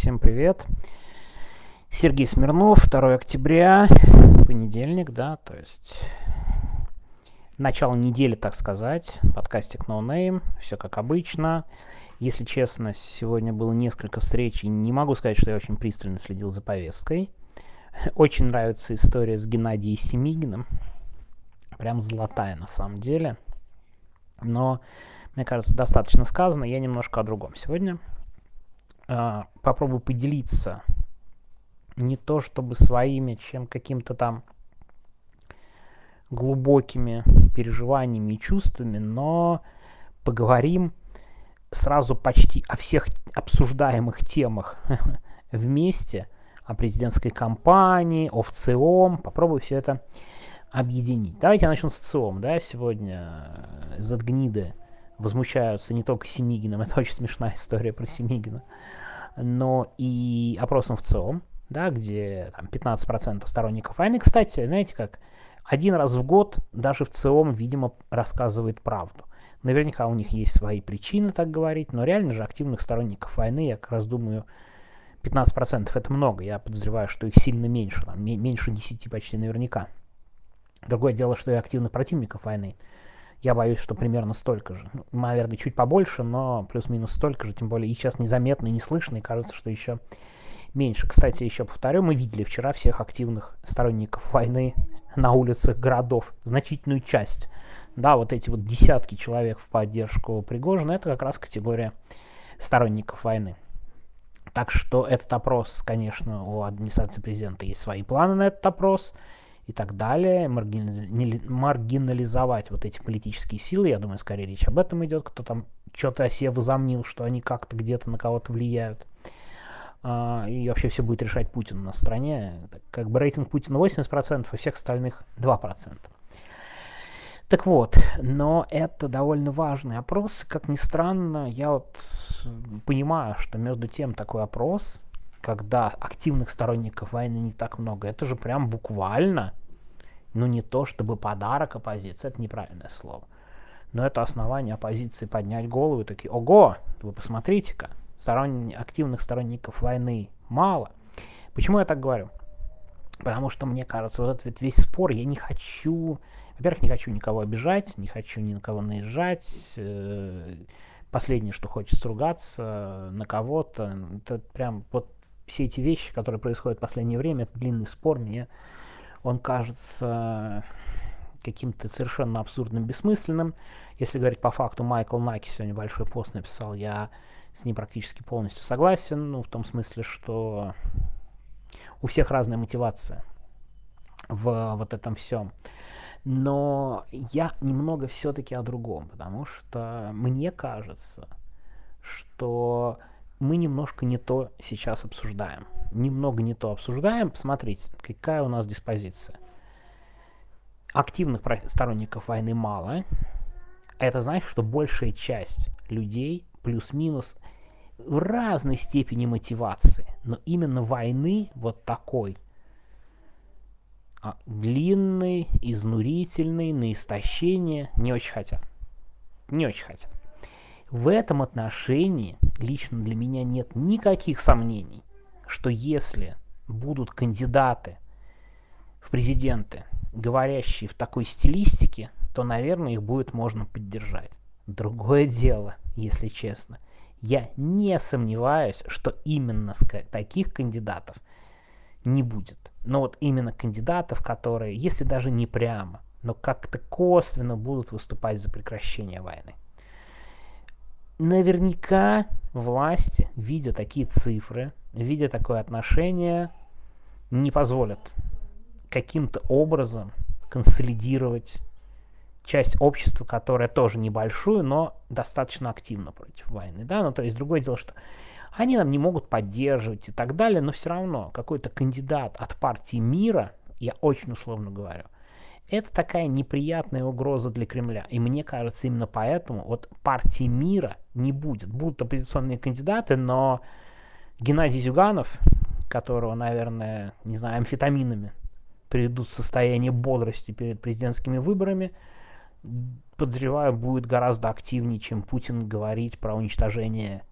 Всем привет. Сергей Смирнов, 2 октября, понедельник, да, то есть начало недели, так сказать, подкастик No Name, все как обычно. Если честно, сегодня было несколько встреч, и не могу сказать, что я очень пристально следил за повесткой. Очень нравится история с Геннадием Семигиным, прям золотая на самом деле. Но, мне кажется, достаточно сказано, я немножко о другом сегодня. Попробую поделиться не то чтобы своими, чем каким-то там глубокими переживаниями и чувствами, но поговорим сразу почти о всех обсуждаемых темах вместе, о президентской кампании, о ВЦИОМ, попробую все это объединить. Давайте я начну с ВЦИОМ, да, сегодня Z-гниды возмущаются не только Семигиным, это очень смешная история про Семигина, но и опросом ВЦИОМ, да, где там 15% сторонников войны. Кстати, знаете как, один раз в год даже ВЦИОМ, видимо, рассказывает правду. Наверняка у них есть свои причины так говорить, но реально же активных сторонников войны, я как раз думаю, 15% это много. Я подозреваю, что их сильно меньше, там, меньше 10 почти наверняка. Другое дело, что и активных противников войны. Я боюсь, что примерно столько же. Ну, наверное, чуть побольше, но плюс-минус столько же, тем более и сейчас незаметно и не слышно, и кажется, что еще меньше. Кстати, еще повторю, мы видели вчера всех активных сторонников войны на улицах городов, значительную часть. Да, вот эти вот десятки человек в поддержку Пригожина, это как раз категория сторонников войны. Так что этот опрос, конечно, у администрации президента есть свои планы на этот опрос и так далее. Маргинализовать вот эти политические силы, я думаю, скорее речь об этом идет, кто там что-то о себе возомнил, что они как-то где-то на кого-то влияют. И вообще все будет решать Путин на стране. Как бы рейтинг Путина 80%, а всех остальных 2%. Так вот, но это довольно важный опрос. Как ни странно, я вот понимаю, что между тем такой опрос, когда активных сторонников войны не так много, это же прям буквально, ну не то чтобы подарок оппозиции, это неправильное слово, но это основание оппозиции поднять голову и такие: ого, вы посмотрите-ка, активных сторонников войны мало. Почему я так говорю? Потому что, мне кажется, вот этот весь спор, я не хочу... Во-первых, не хочу никого обижать, не хочу ни на кого наезжать. Последнее, что хочется ругаться на кого-то. Это прям вот все эти вещи, которые происходят в последнее время, это длинный спор, мне он кажется каким-то совершенно абсурдным, бессмысленным. Если говорить по факту, Майкл Наки сегодня большой пост написал, я с ним практически полностью согласен, ну, в том смысле, что у всех разная мотивация в вот этом всем. Но я немного все-таки о другом, потому что мне кажется, что мы немножко не то сейчас обсуждаем. Немного не то обсуждаем. Посмотрите, какая у нас диспозиция. Активных сторонников войны мало. Это значит, что большая часть людей плюс-минус в разной степени мотивации. Но именно войны вот такой длинный, изнурительный, на истощение не очень хотят. Не очень хотят. В этом отношении лично для меня нет никаких сомнений, что если будут кандидаты в президенты, говорящие в такой стилистике, то, наверное, их будет можно поддержать. Другое дело, если честно, я не сомневаюсь, что именно таких кандидатов не будет. Но вот именно кандидатов, которые, если даже не прямо, но как-то косвенно будут выступать за прекращение войны. Наверняка власти, видя такие цифры, видя такое отношение, не позволят каким-то образом консолидировать часть общества, которая тоже небольшую, но достаточно активно против войны. Да? Ну, то есть другое дело, что они нам не могут поддерживать и так далее, но все равно какой-то кандидат от партии мира, я очень условно говорю, это такая неприятная угроза для Кремля. И мне кажется, именно поэтому вот партии мира не будет. Будут оппозиционные кандидаты, но Геннадий Зюганов, которого, наверное, не знаю, амфетаминами приведут в состояние бодрости перед президентскими выборами, подозреваю, будет гораздо активнее, чем Путин говорить про уничтожение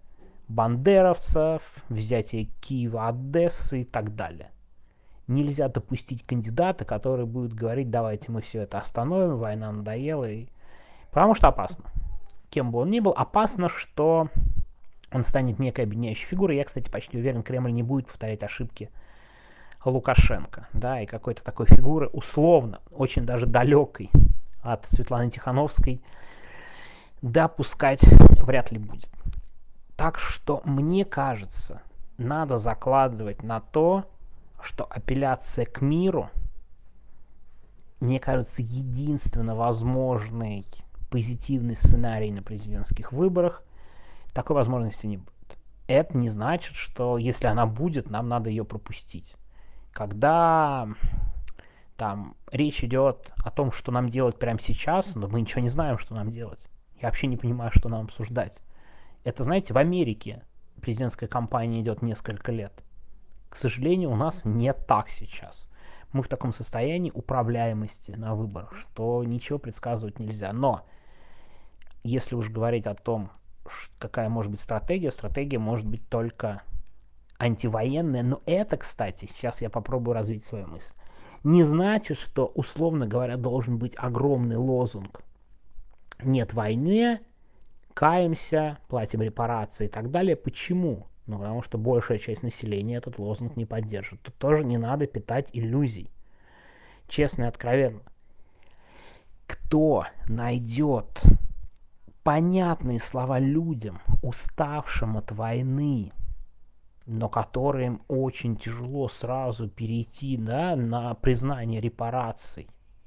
бандеровцев, взятие Киева, Одессы и так далее. Нельзя допустить кандидата, который будет говорить, давайте мы все это остановим, война надоела, потому что опасно. Кем бы он ни был, опасно, что он станет некой объединяющей фигурой. Я, кстати, почти уверен, Кремль не будет повторять ошибки Лукашенко, да, и какой-то такой фигуры, условно, очень даже далекой от Светланы Тихановской, допускать вряд ли будет. Так что, мне кажется, надо закладывать на то, что апелляция к миру, мне кажется, единственно возможный позитивный сценарий на президентских выборах. Такой возможности не будет. Это не значит, что если она будет, нам надо ее пропустить. Когда там речь идет о том, что нам делать прямо сейчас, но мы ничего не знаем, что нам делать. Я вообще не понимаю, что нам обсуждать. Это, знаете, в Америке президентская кампания идет несколько лет. К сожалению, у нас не так сейчас. Мы в таком состоянии управляемости на выборах, что ничего предсказывать нельзя. Но если уж говорить о том, какая может быть стратегия может быть только антивоенная. Но это, кстати, сейчас я попробую развить свою мысль, не значит, что, условно говоря, должен быть огромный лозунг «нет войны», «каемся», «платим репарации» и так далее. Почему? Ну, потому что большая часть населения этот лозунг не поддержит. Тут тоже не надо питать иллюзий. Честно и откровенно. Кто найдет понятные слова людям, уставшим от войны, но которым очень тяжело сразу перейти, да, на признание репараций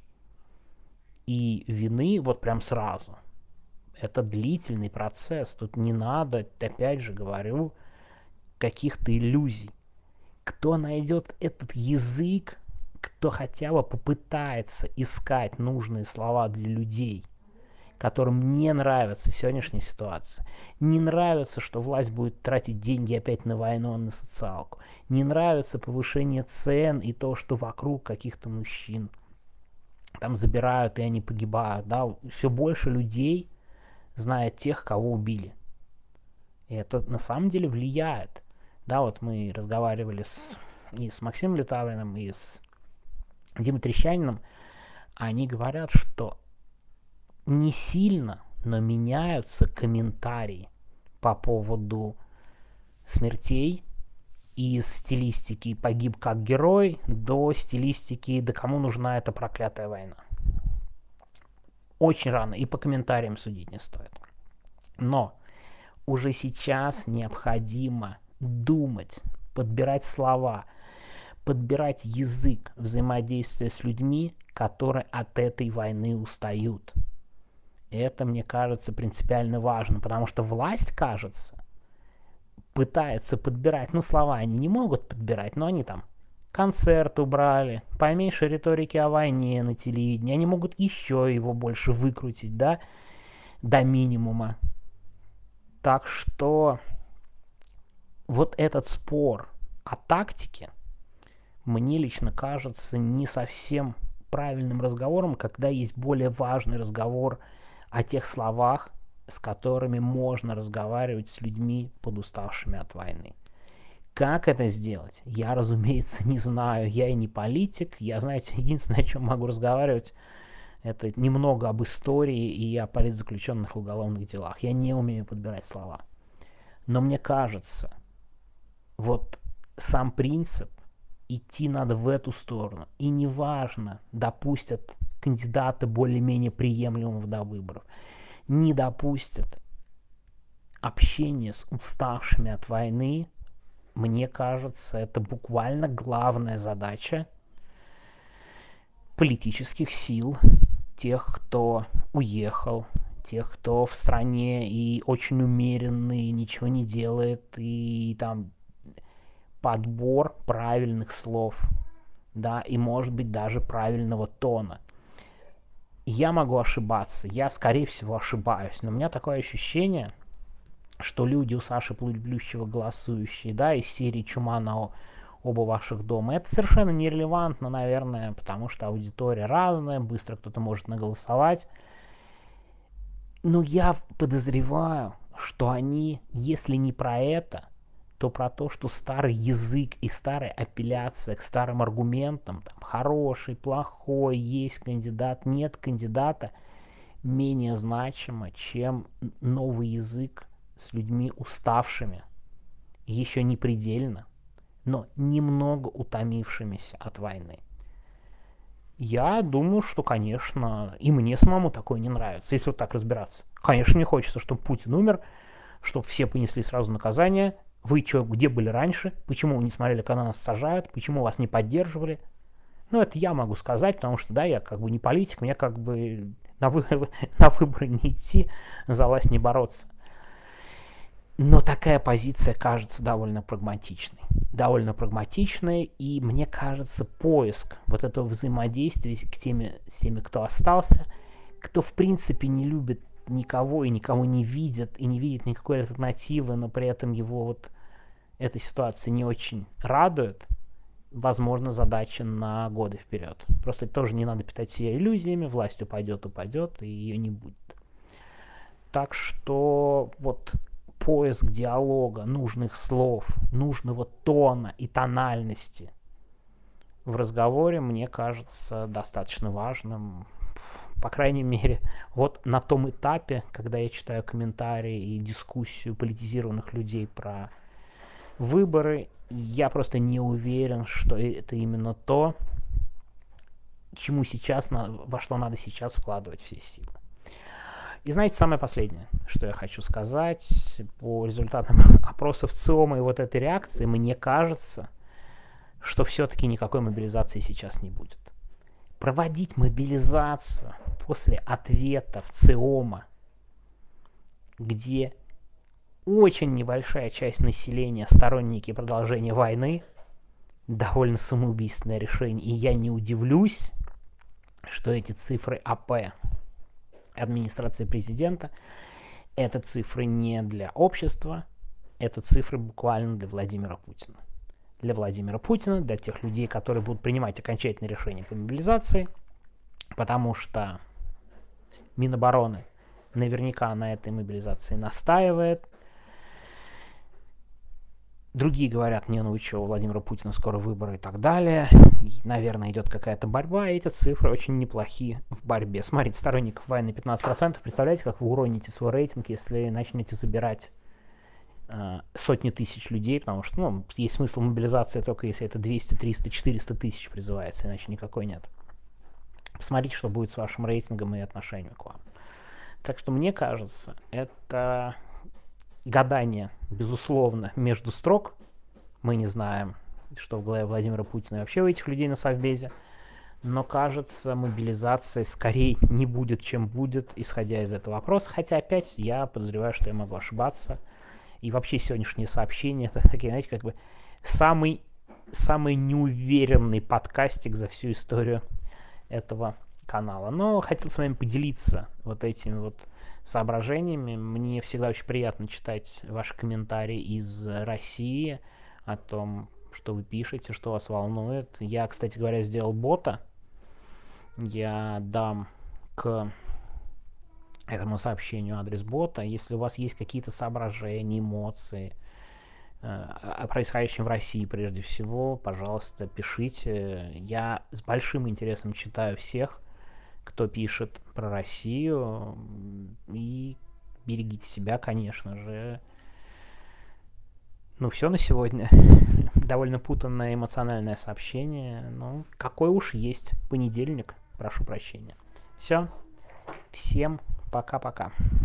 и вины вот прям сразу. Это длительный процесс. Тут не надо, опять же говорю, каких-то иллюзий. Кто найдет этот язык, кто хотя бы попытается искать нужные слова для людей, которым не нравится сегодняшняя ситуация, не нравится, что власть будет тратить деньги опять на войну, на социалку, не нравится повышение цен и то, что вокруг каких-то мужчин там забирают и они погибают, да, все больше людей знает тех, кого убили. И это на самом деле влияет. Да, вот мы разговаривали и с Максимом Литавиным, и с Димой Трещаниным. Они говорят, что не сильно, но меняются комментарии по поводу смертей из стилистики «погиб как герой» до стилистики «да кому нужна эта проклятая война». Очень рано, и по комментариям судить не стоит. Но уже сейчас необходимо думать, подбирать слова, подбирать язык взаимодействия с людьми, которые от этой войны устают. Это, мне кажется, принципиально важно, потому что власть, кажется, пытается подбирать, ну, слова они не могут подбирать, но они там концерт убрали, поменьше риторики о войне на телевидении, они могут еще его больше выкрутить, да, до минимума. Так что вот этот спор о тактике мне лично кажется не совсем правильным разговором, когда есть более важный разговор о тех словах, с которыми можно разговаривать с людьми, подуставшими от войны. Как это сделать? Я, разумеется, не знаю. Я и не политик. Я, знаете, единственное, о чем могу разговаривать, это немного об истории и о политзаключенных в уголовных делах. Я не умею подбирать слова. Но мне кажется, вот сам принцип, идти надо в эту сторону. И неважно, допустят кандидата более-менее приемлемого до выборов, не допустят общения с уставшими от войны, мне кажется, это буквально главная задача политических сил, тех, кто уехал, тех, кто в стране и очень умеренный, ничего не делает, и там подбор правильных слов, да, и, может быть, даже правильного тона. Я могу ошибаться, я, скорее всего, ошибаюсь, но у меня такое ощущение, что люди у Саши Плющева голосующие, да, из серии «Чума на оба ваших дома», это совершенно нерелевантно, наверное, потому что аудитория разная, быстро кто-то может наголосовать. Но я подозреваю, что они, если не про это, то про то, что старый язык и старая апелляция к старым аргументам, там, хороший, плохой, есть кандидат, нет кандидата, менее значимо, чем новый язык с людьми уставшими, еще не предельно, но немного утомившимися от войны. Я думаю, что, конечно, и мне самому такое не нравится, если вот так разбираться. Конечно, мне хочется, чтобы Путин умер, чтобы все понесли сразу наказание. Вы что, где были раньше? Почему вы не смотрели, когда нас сажают? Почему вас не поддерживали? Ну, это я могу сказать, потому что, да, я как бы не политик, мне как бы на выборы не идти, за власть не бороться. Но такая позиция кажется довольно прагматичной. И мне кажется, поиск вот этого взаимодействия с теми, кто остался, кто в принципе не любит никого и никого не видит, и не видит никакой альтернативы, но при этом его вот эта ситуация не очень радует, возможно, задача на годы вперед. Просто тоже не надо питать себя иллюзиями, власть упадет, и ее не будет. Так что вот поиск диалога, нужных слов, нужного тона и тональности в разговоре, мне кажется, достаточно важным. По крайней мере, вот на том этапе, когда я читаю комментарии и дискуссию политизированных людей про выборы, я просто не уверен, что это именно то, во что надо сейчас вкладывать все силы. И знаете, самое последнее, что я хочу сказать, по результатам опросов ЦИОМа и вот этой реакции, мне кажется, что все-таки никакой мобилизации сейчас не будет. Проводить мобилизацию после ответов ЦИОМа, где очень небольшая часть населения сторонники продолжения войны, довольно самоубийственное решение. И я не удивлюсь, что эти цифры АП администрации президента, это цифры не для общества, это цифры буквально для Владимира Путина. Для Владимира Путина, для тех людей, которые будут принимать окончательные решения по мобилизации, потому что Минобороны наверняка на этой мобилизации настаивает. Другие говорят, не, ну вы что, у Владимира Путина скоро выборы и так далее. И, наверное, идет какая-то борьба, и эти цифры очень неплохие в борьбе. Смотрите, сторонников войны 15%. Представляете, как вы уроните свой рейтинг, если начнете забирать сотни тысяч людей, потому что есть смысл мобилизации только если это 200, 300, 400 тысяч призывается, иначе никакой нет. Посмотрите, что будет с вашим рейтингом и отношением к вам. Так что мне кажется, это гадание, безусловно, между строк. Мы не знаем, что в голове Владимира Путина и вообще у этих людей на Совбезе. Но, кажется, мобилизация скорее не будет, чем будет, исходя из этого вопроса. Хотя, опять, я подозреваю, что я могу ошибаться. И вообще сегодняшние сообщения, это такие, знаете, как бы самый неуверенный подкастик за всю историю этого канала. Но хотел с вами поделиться вот этими вот соображениями. Мне всегда очень приятно читать ваши комментарии из России о том, что вы пишете, что вас волнует. Я, кстати говоря, сделал бота. Я дам к этому сообщению адрес бота. Если у вас есть какие-то соображения, эмоции о происходящем в России прежде всего, пожалуйста, пишите. Я с большим интересом читаю всех, кто пишет про Россию. И берегите себя, конечно же. Ну, все на сегодня. Довольно путанное эмоциональное сообщение. Ну, какой уж есть понедельник. Прошу прощения. Все. Всем пока-пока.